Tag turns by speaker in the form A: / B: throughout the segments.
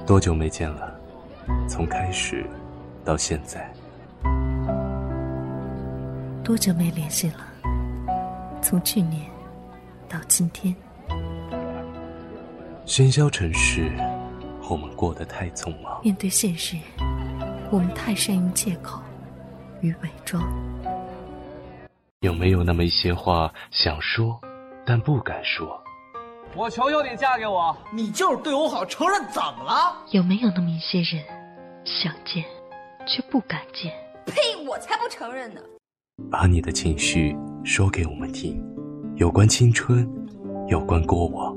A: 多久没见了？从开始到现在。
B: 多久没联系了？从去年到今天。
A: 喧嚣城市，我们过得太匆忙。
B: 面对现实，我们太善用借口与伪装。
A: 有没有那么一些话想说，但不敢说？
C: 我求求你嫁给我！
D: 你就是对我好，承认怎么了？
B: 有没有那么一些人想见却不敢见？
E: 呸！我才不承认呢！
A: 把你的情绪说给我们听，有关青春，有关过往。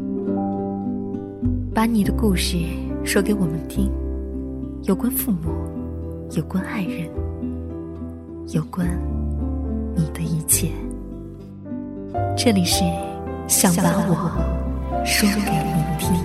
B: 把你的故事说给我们听，有关父母，有关爱人，有关你的一切。这里是想把我说给你听。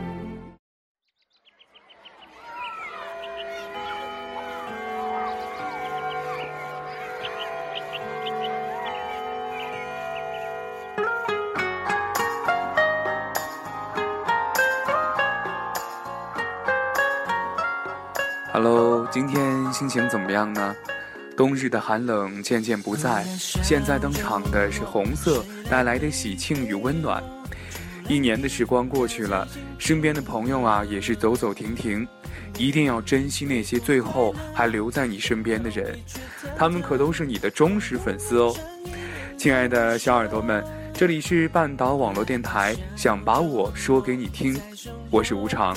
F: Hello， 今天心情怎么样呢？冬日的寒冷渐渐不在，现在登场的是红色带来的喜庆与温暖。一年的时光过去了，身边的朋友啊也是走走停停，一定要珍惜那些最后还留在你身边的人，他们可都是你的忠实粉丝哦。亲爱的小耳朵们，这里是半岛网络电台，想把我说给你听，我是吴常。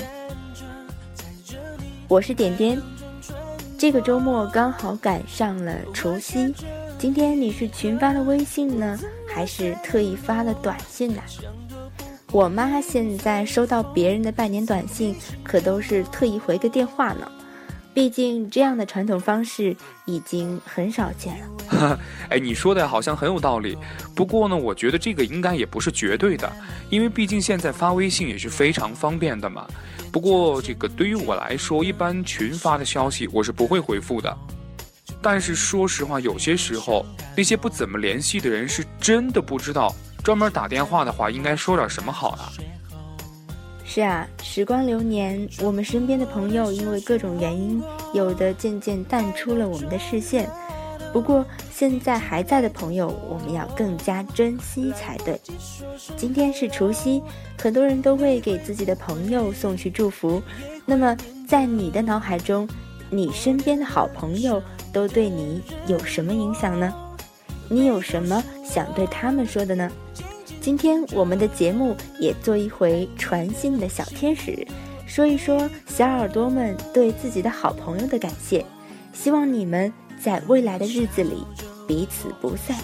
G: 我是点点。这个周末刚好赶上了除夕，今天你是群发了微信呢，还是特意发了短信呢？我妈现在收到别人的拜年短信，可都是特意回个电话呢。毕竟这样的传统方式已经很少见了。
F: 哎，你说的好像很有道理，不过呢，我觉得这个应该也不是绝对的，因为毕竟现在发微信也是非常方便的嘛。不过这个对于我来说，一般群发的消息我是不会回复的。但是说实话，有些时候那些不怎么联系的人是真的不知道专门打电话的话应该说点什么好啊。
G: 是啊，时光流年，我们身边的朋友因为各种原因，有的渐渐淡出了我们的视线。不过现在还在的朋友，我们要更加珍惜才对。今天是除夕，很多人都会给自己的朋友送去祝福。那么在你的脑海中，你身边的好朋友都对你有什么影响呢？你有什么想对他们说的呢？今天我们的节目也做一回传信的小天使，说一说小耳朵们对自己的好朋友的感谢，希望你们在未来的日子里彼此不散。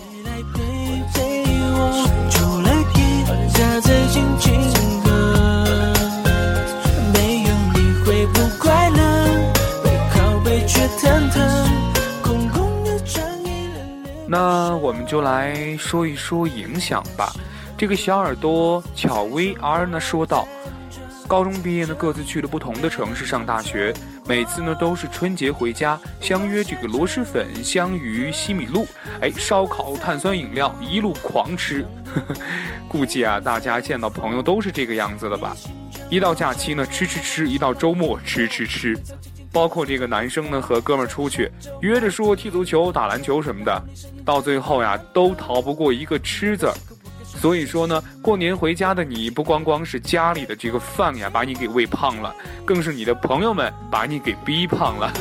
F: 那我们就来说一说影响吧。这个小耳朵巧薇儿呢说道，高中毕业呢各自去了不同的城市上大学，每次呢都是春节回家相约这个螺蛳粉、香鱼、西米露，烧烤、碳酸饮料一路狂吃。估计啊大家见到朋友都是这个样子了吧，一到假期呢吃，一到周末吃。包括这个男生呢和哥们儿出去约着说踢足球、打篮球什么的，到最后呀都逃不过一个吃字。所以说呢，过年回家的你不光是家里的这个饭呀把你给喂胖了，更是你的朋友们把你给逼胖了。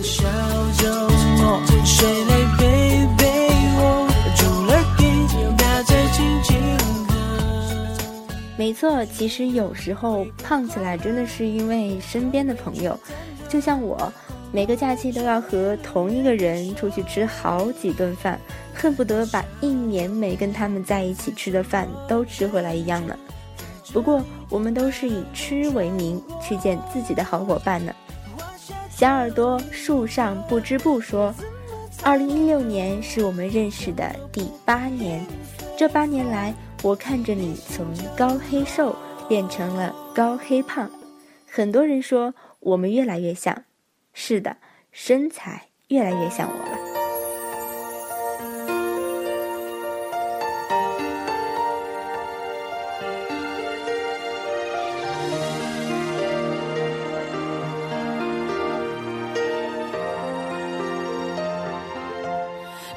G: 没错，其实有时候胖起来真的是因为身边的朋友，就像我每个假期都要和同一个人出去吃好几顿饭，恨不得把一年没跟他们在一起吃的饭都吃回来一样呢。不过我们都是以吃为名去见自己的好伙伴呢。小耳朵树上不织布说，2016年是我们认识的第8年，这8年来我看着你从高黑瘦变成了高黑胖，很多人说我们越来越像，是的，身材越来越像我了。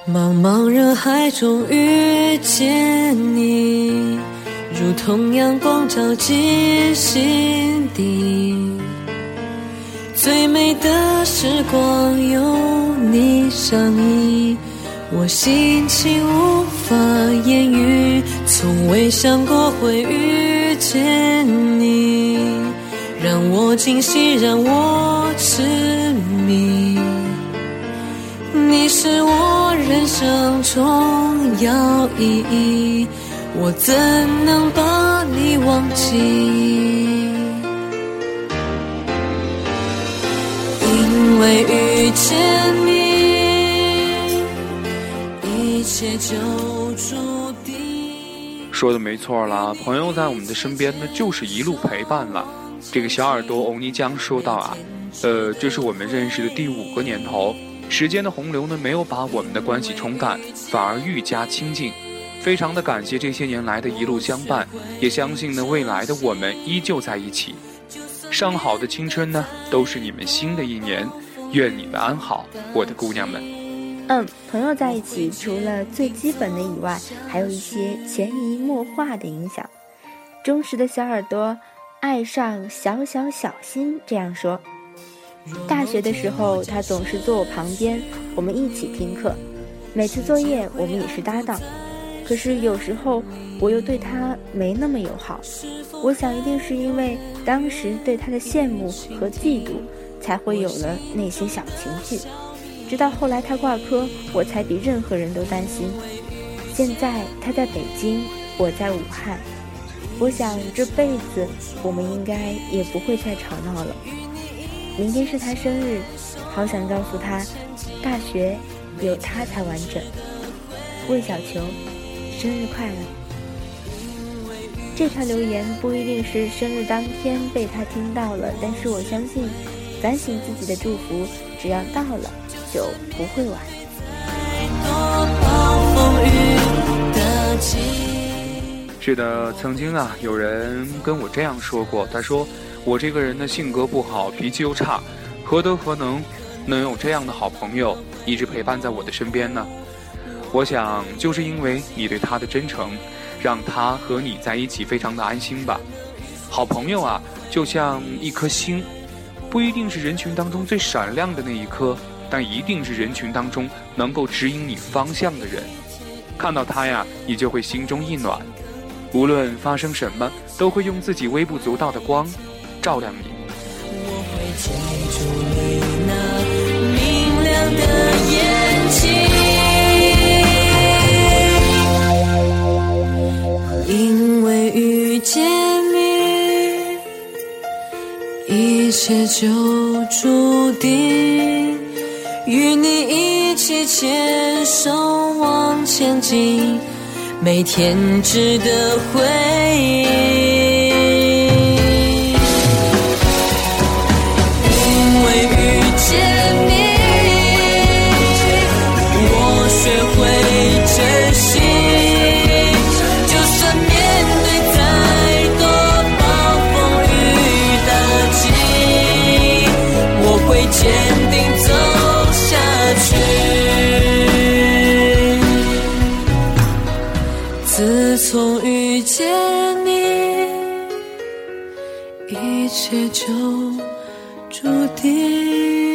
H: 茫茫人海中遇见你，如同阳光照进心底，最美的时光有你相依，我心情无法言语，从未想过会遇见你，让我惊喜，让我痴迷，你是我人生重要意义，我怎能把你忘记？因为遇见你，一切就注定。
F: 说的没错啦，朋友在我们的身边呢，就是一路陪伴了。这个小耳朵欧尼江说到啊，这是我们认识的第5个年头，时间的洪流呢，没有把我们的关系冲淡，反而愈加亲近。非常的感谢这些年来的一路相伴，也相信呢，未来的我们依旧在一起。上好的青春呢，都是你们新的一年，愿你们安好，我的姑娘们。
G: 朋友在一起，除了最基本的以外，还有一些潜移默化的影响。忠实的小耳朵爱上小心这样说，大学的时候他总是坐我旁边，我们一起听课，每次作业我们也是搭档，可是有时候我又对他没那么友好，我想一定是因为当时对他的羡慕和嫉妒，才会有了那些小情绪。直到后来他挂科，我才比任何人都担心。现在他在北京，我在武汉，我想这辈子我们应该也不会再吵闹了。明天是他生日，好想告诉他，大学有他才完整。魏小球，生日快乐。这条留言不一定是生日当天被他听到了，但是我相信反省自己的祝福只要到了就不会晚。
F: 是的，曾经啊，有人跟我这样说过，他说我这个人的性格不好，脾气又差，何能有这样的好朋友一直陪伴在我的身边呢？我想就是因为你对他的真诚，让他和你在一起非常的安心吧。好朋友啊，就像一颗星，不一定是人群当中最闪亮的那一颗，但一定是人群当中能够指引你方向的人。看到他呀，你就会心中一暖，无论发生什么，都会用自己微不足道的光照亮你。
H: 我会记住你那明亮的眼睛，因为遇见你，一切就注定，与你一起牵手往前进，每天值得回忆。因为遇见你，我学会珍惜，就算面对再多暴风雨打击，我会坚定走下去。自从遇见你，一切就注定。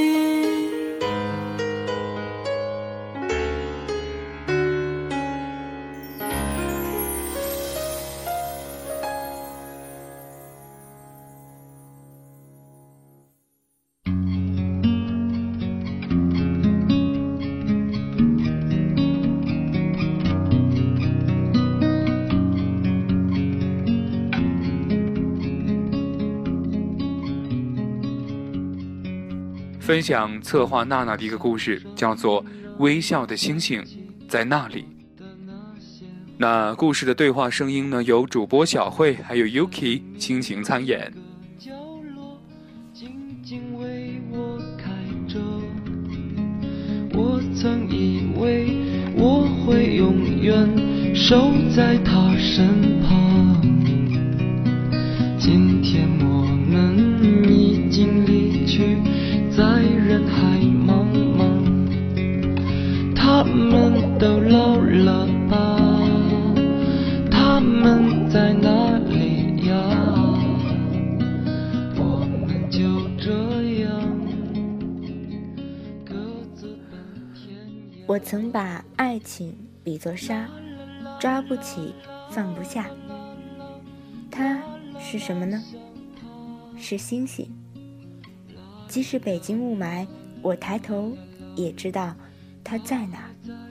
F: 分享策划娜娜的一个故事，叫做微笑的星星在那里。那故事的对话声音呢，由主播小慧还有 Yuki 倾情参演。
I: 角落静静为我开着，我曾以为我会永远守在他身旁，今天我们已经离去，在人海茫茫，他们
G: 我曾把爱情比作沙，抓不起，放不下。它是什么呢？是星星。即使北京雾霾，我抬头也知道它在哪。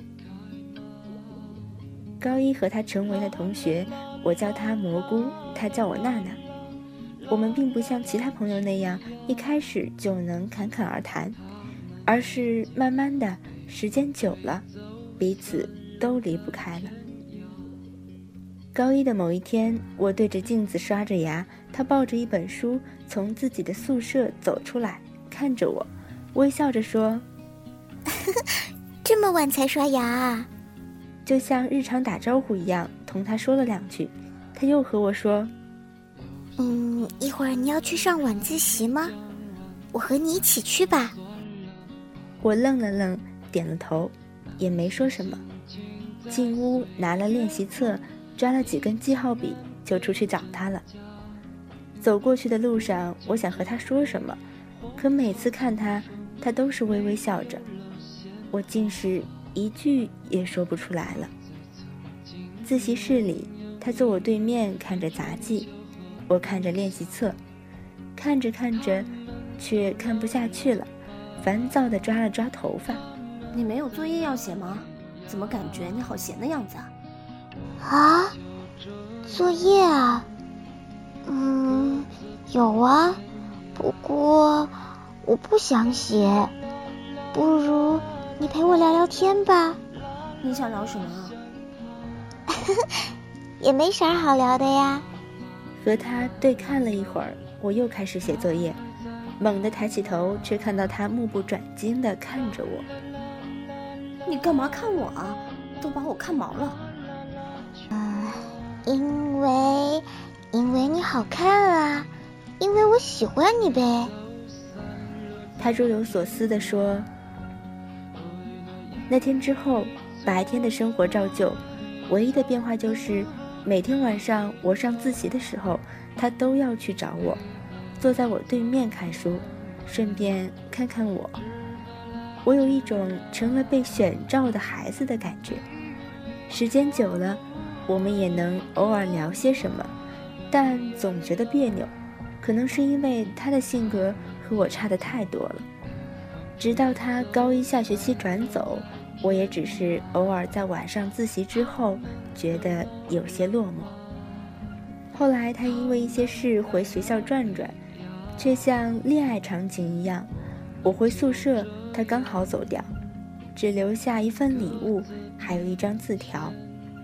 G: 高一和他成为了同学，我叫他蘑菇，他叫我娜娜。我们并不像其他朋友那样一开始就能侃侃而谈，而是慢慢的，时间久了，彼此都离不开了。高一的某一天，我对着镜子刷着牙，他抱着一本书从自己的宿舍走出来，看着我，微笑着说：
E: 这么晚才刷牙啊？
G: 就像日常打招呼一样，同他说了2句，他又和我说：
E: 一会儿你要去上晚自习吗？我和你一起去吧。
G: 我愣了愣，点了头，也没说什么。进屋拿了练习册，抓了几根记号笔，就出去找他了。走过去的路上，我想和他说什么，可每次看他，他都是微微笑着，我竟是一句也说不出来了。自习室里，他坐我对面看着杂技，我看着练习册，看着看着却看不下去了，烦躁地抓了抓头发。
J: 你没有作业要写吗？怎么感觉你好闲的样子啊？
E: 啊，作业啊？有啊，不过我不想写，不如你陪我聊聊天吧。
J: 你想聊什么啊？
E: 也没啥好聊的呀。
G: 和他对看了一会儿，我又开始写作业，猛地抬起头，却看到他目不转睛地看着我。
J: 你干嘛看我啊？都把我看毛了。
E: 因为你好看啊，因为我喜欢你呗。
G: 他若有所思地说。那天之后，白天的生活照旧，唯一的变化就是每天晚上我上自习的时候，他都要去找我，坐在我对面看书，顺便看看我。我有一种成了被选召的孩子的感觉。时间久了，我们也能偶尔聊些什么，但总觉得别扭，可能是因为他的性格和我差得太多了。直到他高一下学期转走，我也只是偶尔在晚上自习之后觉得有些落寞。后来他因为一些事回学校转转，却像恋爱场景一样，我回宿舍，他刚好走掉，只留下一份礼物，还有一张字条。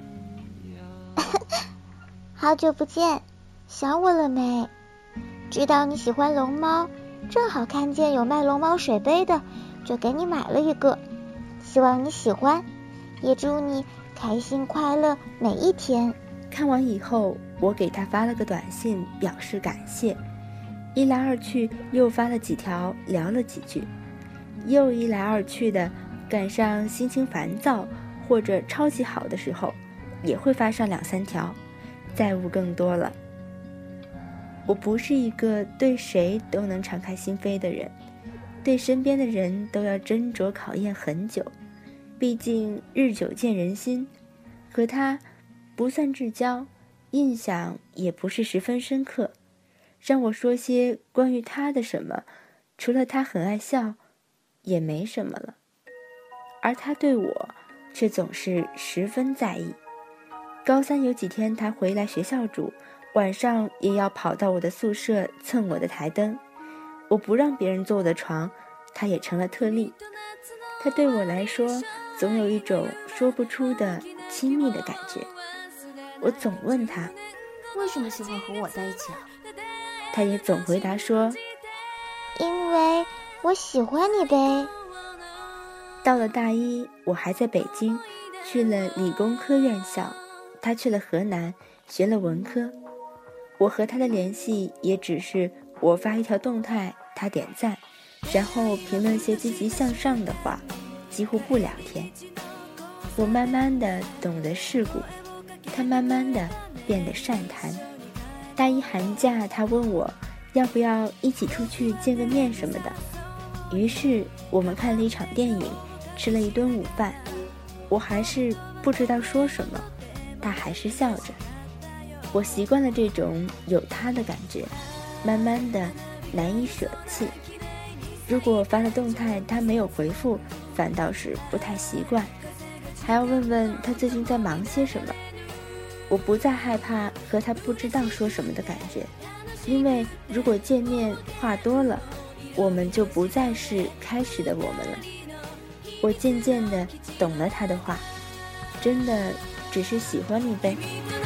E: 好久不见，想我了没？知道你喜欢龙猫，正好看见有卖龙猫水杯的，就给你买了一个，希望你喜欢，也祝你开心快乐每一天。
G: 看完以后，我给他发了个短信表示感谢，一来二去又发了几条，聊了几句，又一来二去的，赶上心情烦躁或者超级好的时候，也会发上2、3条，再无更多了。我不是一个对谁都能敞开心扉的人，对身边的人都要斟酌考验很久，毕竟日久见人心。和他不算至交，印象也不是十分深刻，让我说些关于他的什么，除了他很爱笑，也没什么了。而他对我却总是十分在意。高3有几天他回来学校住，晚上也要跑到我的宿舍蹭我的台灯，我不让别人坐我的床，他也成了特例。他对我来说总有一种说不出的亲密的感觉。我总问他
J: 为什么喜欢和我在一起啊？
G: 他也总回答说
E: 因为我喜欢你呗。
G: 到了大一，我还在北京，去了理工科院校，他去了河南学了文科。我和他的联系也只是我发一条动态，他点赞，然后评论些积极向上的话，几乎不聊天。我慢慢的懂得世故，他慢慢的变得善谈。大一寒假，他问我要不要一起出去见个面什么的，于是我们看了一场电影， 吃了一顿午饭，我还是不知道说什么，他还是笑着。我习惯了这种有他的感觉，慢慢的难以舍弃。如果发了动态他没有回复，反倒是不太习惯，还要问问他最近在忙些什么。我不再害怕和他不知道说什么的感觉，因为如果见面话多了，我们就不再是开始的我们了。我渐渐地懂了他的话，真的只是喜欢你呗。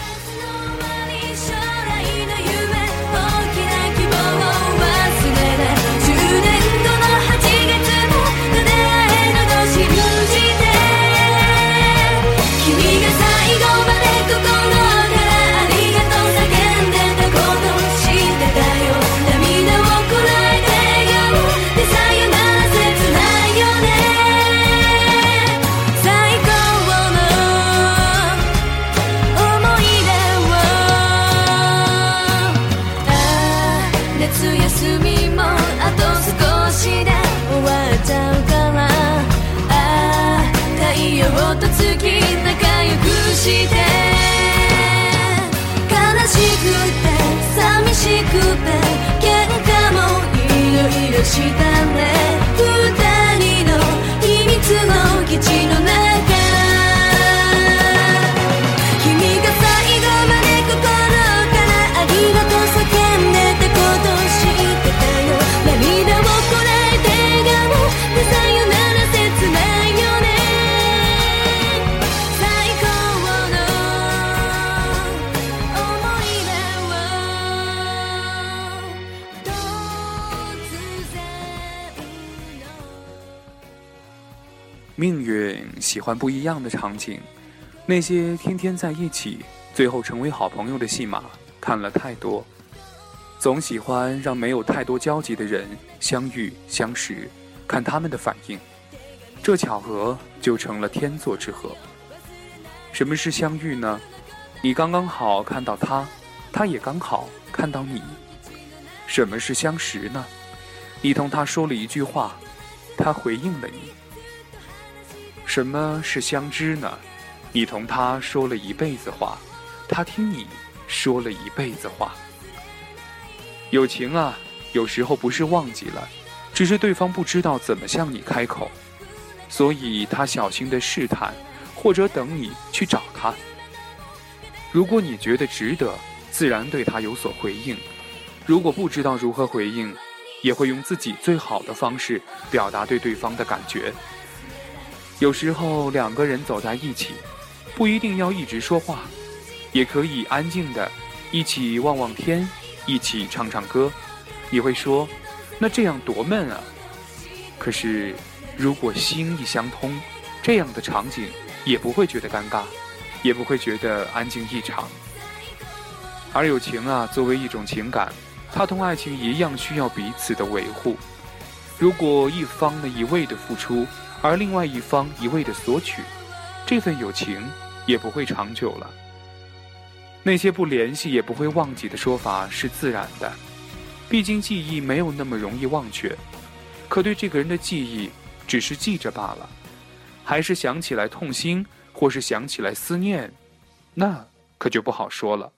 F: 命运喜欢不一样的场景，那些天天在一起最后成为好朋友的戏码看了太多，总喜欢让没有太多交集的人相遇相识，看他们的反应，这巧合就成了天作之合。什么是相遇呢？你刚刚好看到他，他也刚好看到你。什么是相识呢？你同他说了一句话，他回应了你。什么是相知呢？你同他说了一辈子话，他听你说了一辈子话。友情啊，有时候不是忘记了，只是对方不知道怎么向你开口，所以他小心地试探，或者等你去找他。如果你觉得值得，自然对他有所回应；如果不知道如何回应，也会用自己最好的方式表达对对方的感觉。有时候两个人走在一起，不一定要一直说话，也可以安静的一起望望天，一起唱唱歌。你会说，那这样多闷啊。可是如果心意相通，这样的场景也不会觉得尴尬，也不会觉得安静异常。而友情啊，作为一种情感，它同爱情一样需要彼此的维护。如果一方呢一味的付出，而另外一方一味的索取，这份友情也不会长久了。那些不联系也不会忘记的说法是自然的，毕竟记忆没有那么容易忘却。可对这个人的记忆只是记着罢了，还是想起来痛心，或是想起来思念，那可就不好说了。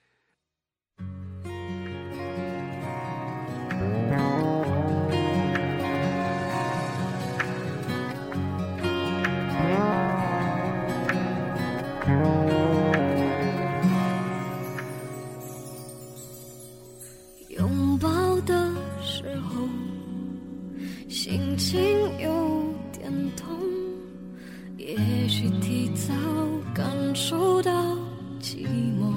H: 拥抱的时候，心情有点痛，也许提早感受到寂寞。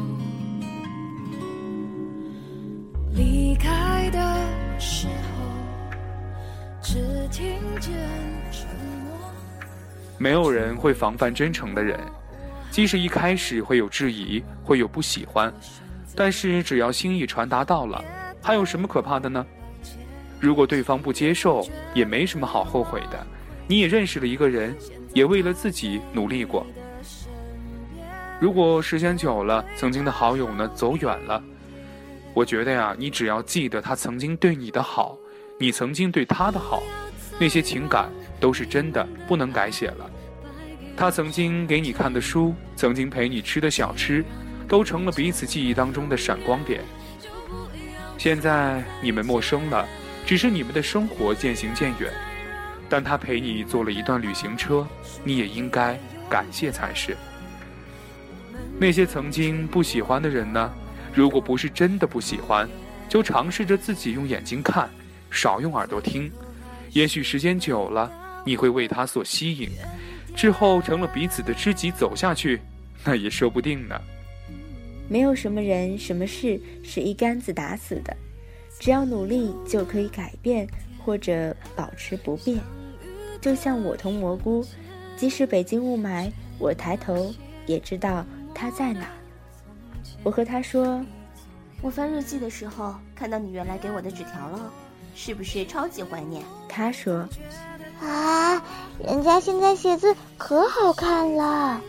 H: 离开的时候，只听见沉默。
F: 没有人会防范真诚的人，即使一开始会有质疑，会有不喜欢，但是只要心意传达到了，还有什么可怕的呢？如果对方不接受，也没什么好后悔的。你也认识了一个人，也为了自己努力过。如果时间久了，曾经的好友呢走远了，我觉得呀，你只要记得他曾经对你的好，你曾经对他的好，那些情感都是真的，不能改写了。他曾经给你看的书，曾经陪你吃的小吃，都成了彼此记忆当中的闪光点。现在你们陌生了，只是你们的生活渐行渐远，但他陪你坐了一段旅行车，你也应该感谢才是。那些曾经不喜欢的人呢，如果不是真的不喜欢，就尝试着自己用眼睛看，少用耳朵听，也许时间久了，你会为他所吸引，之后成了彼此的知己，走下去，那也说不定呢。
G: 没有什么人什么事是一竿子打死的，只要努力就可以改变或者保持不变。就像我同蘑菇，即使北京雾霾，我抬头也知道他在哪。我和他说，
J: 我翻日记的时候看到你原来给我的纸条了，是不是超级怀念？
G: 他说，
E: 啊，人家现在写字可好看了。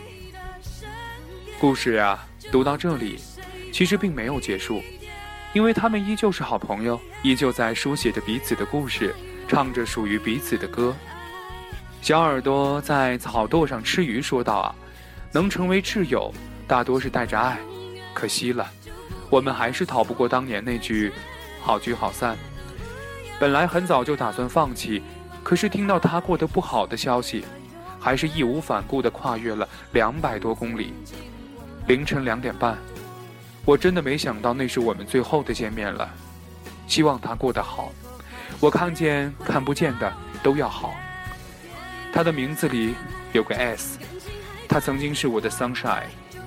F: 故事呀，读到这里其实并没有结束，因为他们依旧是好朋友，依旧在书写着彼此的故事，唱着属于彼此的歌。小耳朵在草垛上吃鱼说道啊，能成为挚友大多是带着爱，可惜了，我们还是逃不过当年那句好聚好散。本来很早就打算放弃，可是听到他过得不好的消息，还是义无反顾地跨越了200多公里。凌晨2点半，我真的没想到那是我们最后的见面了。希望他过得好，我看见看不见的都要好。他的名字里有个 S， 他曾经是我的 sunshine。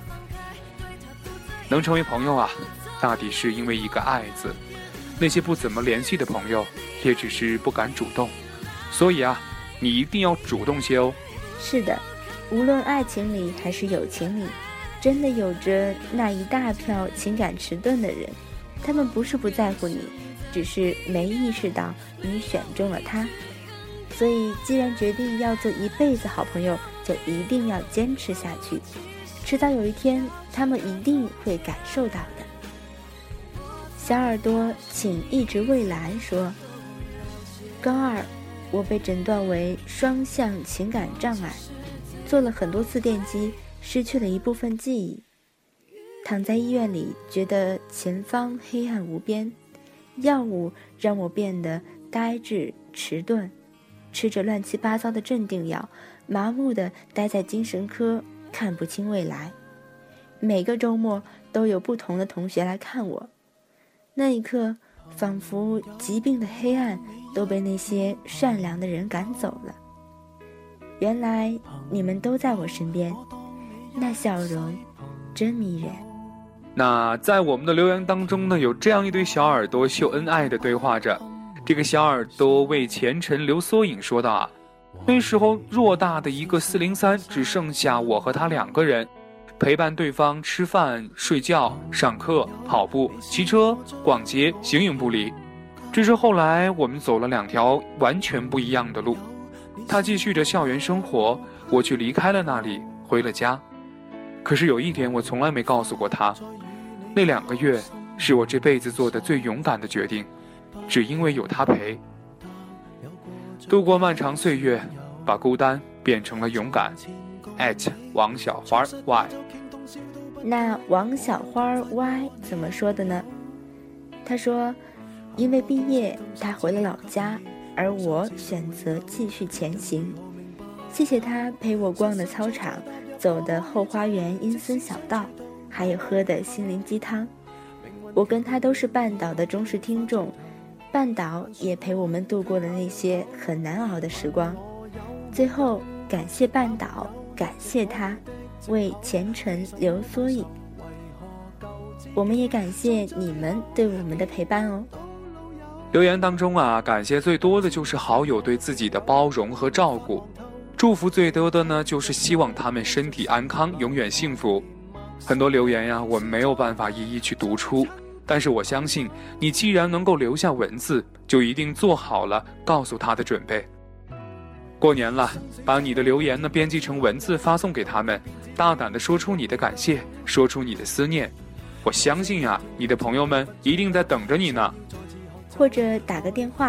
F: 能成为朋友啊，大抵是因为一个爱字。那些不怎么联系的朋友，也只是不敢主动。所以啊，你一定要主动些哦。
G: 是的，无论爱情里还是友情里，真的有着那一大票情感迟钝的人，他们不是不在乎你，只是没意识到你选中了他。所以既然决定要做一辈子好朋友，就一定要坚持下去，迟早有一天他们一定会感受到的。小耳朵请一直蔚蓝说，高2我被诊断为双向情感障碍，做了很多次电击，失去了一部分记忆。躺在医院里，觉得前方黑暗无边，药物让我变得呆滞迟钝，吃着乱七八糟的镇定药，麻木地待在精神科，看不清未来。每个周末都有不同的同学来看我，那一刻仿佛疾病的黑暗都被那些善良的人赶走了。原来你们都在我身边，那笑容真迷人。
F: 那在我们的留言当中呢，有这样一对小耳朵秀恩爱的对话着。这个小耳朵为前尘留缩影说道啊，那时候偌大的一个403，只剩下我和他2个人，陪伴对方吃饭、睡觉、上课、跑步、骑车、逛街，形影不离。只是后来我们走了2条完全不一样的路，他继续着校园生活，我却离开了那里，回了家。可是有一点我从来没告诉过他，那2个月是我这辈子做的最勇敢的决定，只因为有他陪。度过漫长岁月，把孤单变成了勇敢。王小花 Y。
G: 那王小花 Y 怎么说的呢？他说，因为毕业他回了老家，而我选择继续前行。谢谢他陪我逛的操场，走的后花园阴森小道，还有喝的心灵鸡汤。我跟他都是半岛的忠实听众，半岛也陪我们度过了那些很难熬的时光。最后感谢半岛，感谢他为前尘留缩影。我们也感谢你们对我们的陪伴哦。
F: 留言当中啊，感谢最多的就是好友对自己的包容和照顾，祝福最多的呢就是希望他们身体安康，永远幸福。很多留言呀，我们没有办法一一去读出，但是我相信你既然能够留下文字，就一定做好了告诉他的准备。过年了，把你的留言呢编辑成文字发送给他们，大胆地说出你的感谢，说出你的思念。我相信啊，你的朋友们一定在等着你呢。
G: 或者打个电话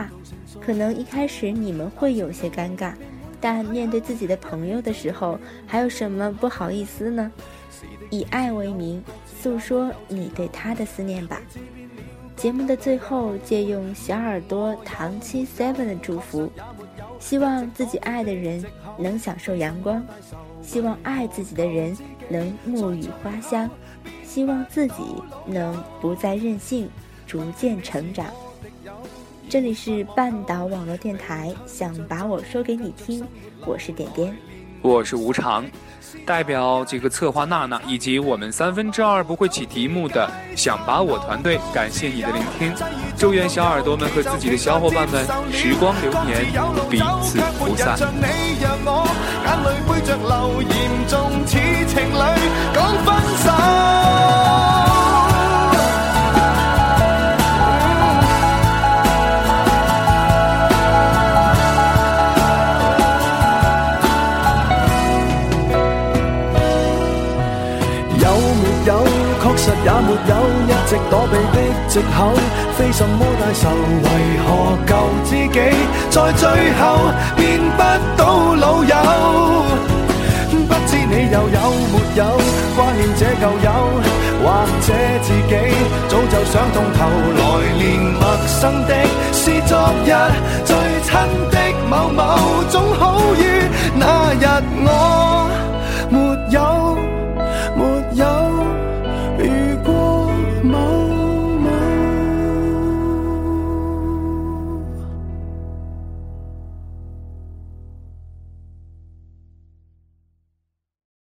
G: 可能一开始你们会有些尴尬，但面对自己的朋友的时候，还有什么不好意思呢？以爱为名，诉说你对他的思念吧。节目的最后，借用小耳朵唐七 7的祝福，希望自己爱的人能享受阳光，希望爱自己的人能沐浴花香，希望自己能不再任性，逐渐成长。这里是半岛网络电台，想把我说给你听，我是点点，
F: 我是无常。代表这个策划娜娜以及我们2/3不会起题目的想把我团队，感谢你的聆听，祝愿小耳朵们和自己的小伙伴们时光流年，彼此不散。
K: 眼淚背着流，嚴重似情侶講分手。確實也沒有一直躲避的藉口，非什麼大仇，為何舊知己在最後變不到老友？不知你又有沒有掛念這舊友，或者自己早就想通透，來年陌生的是昨日最親的某某，總好於那日我沒有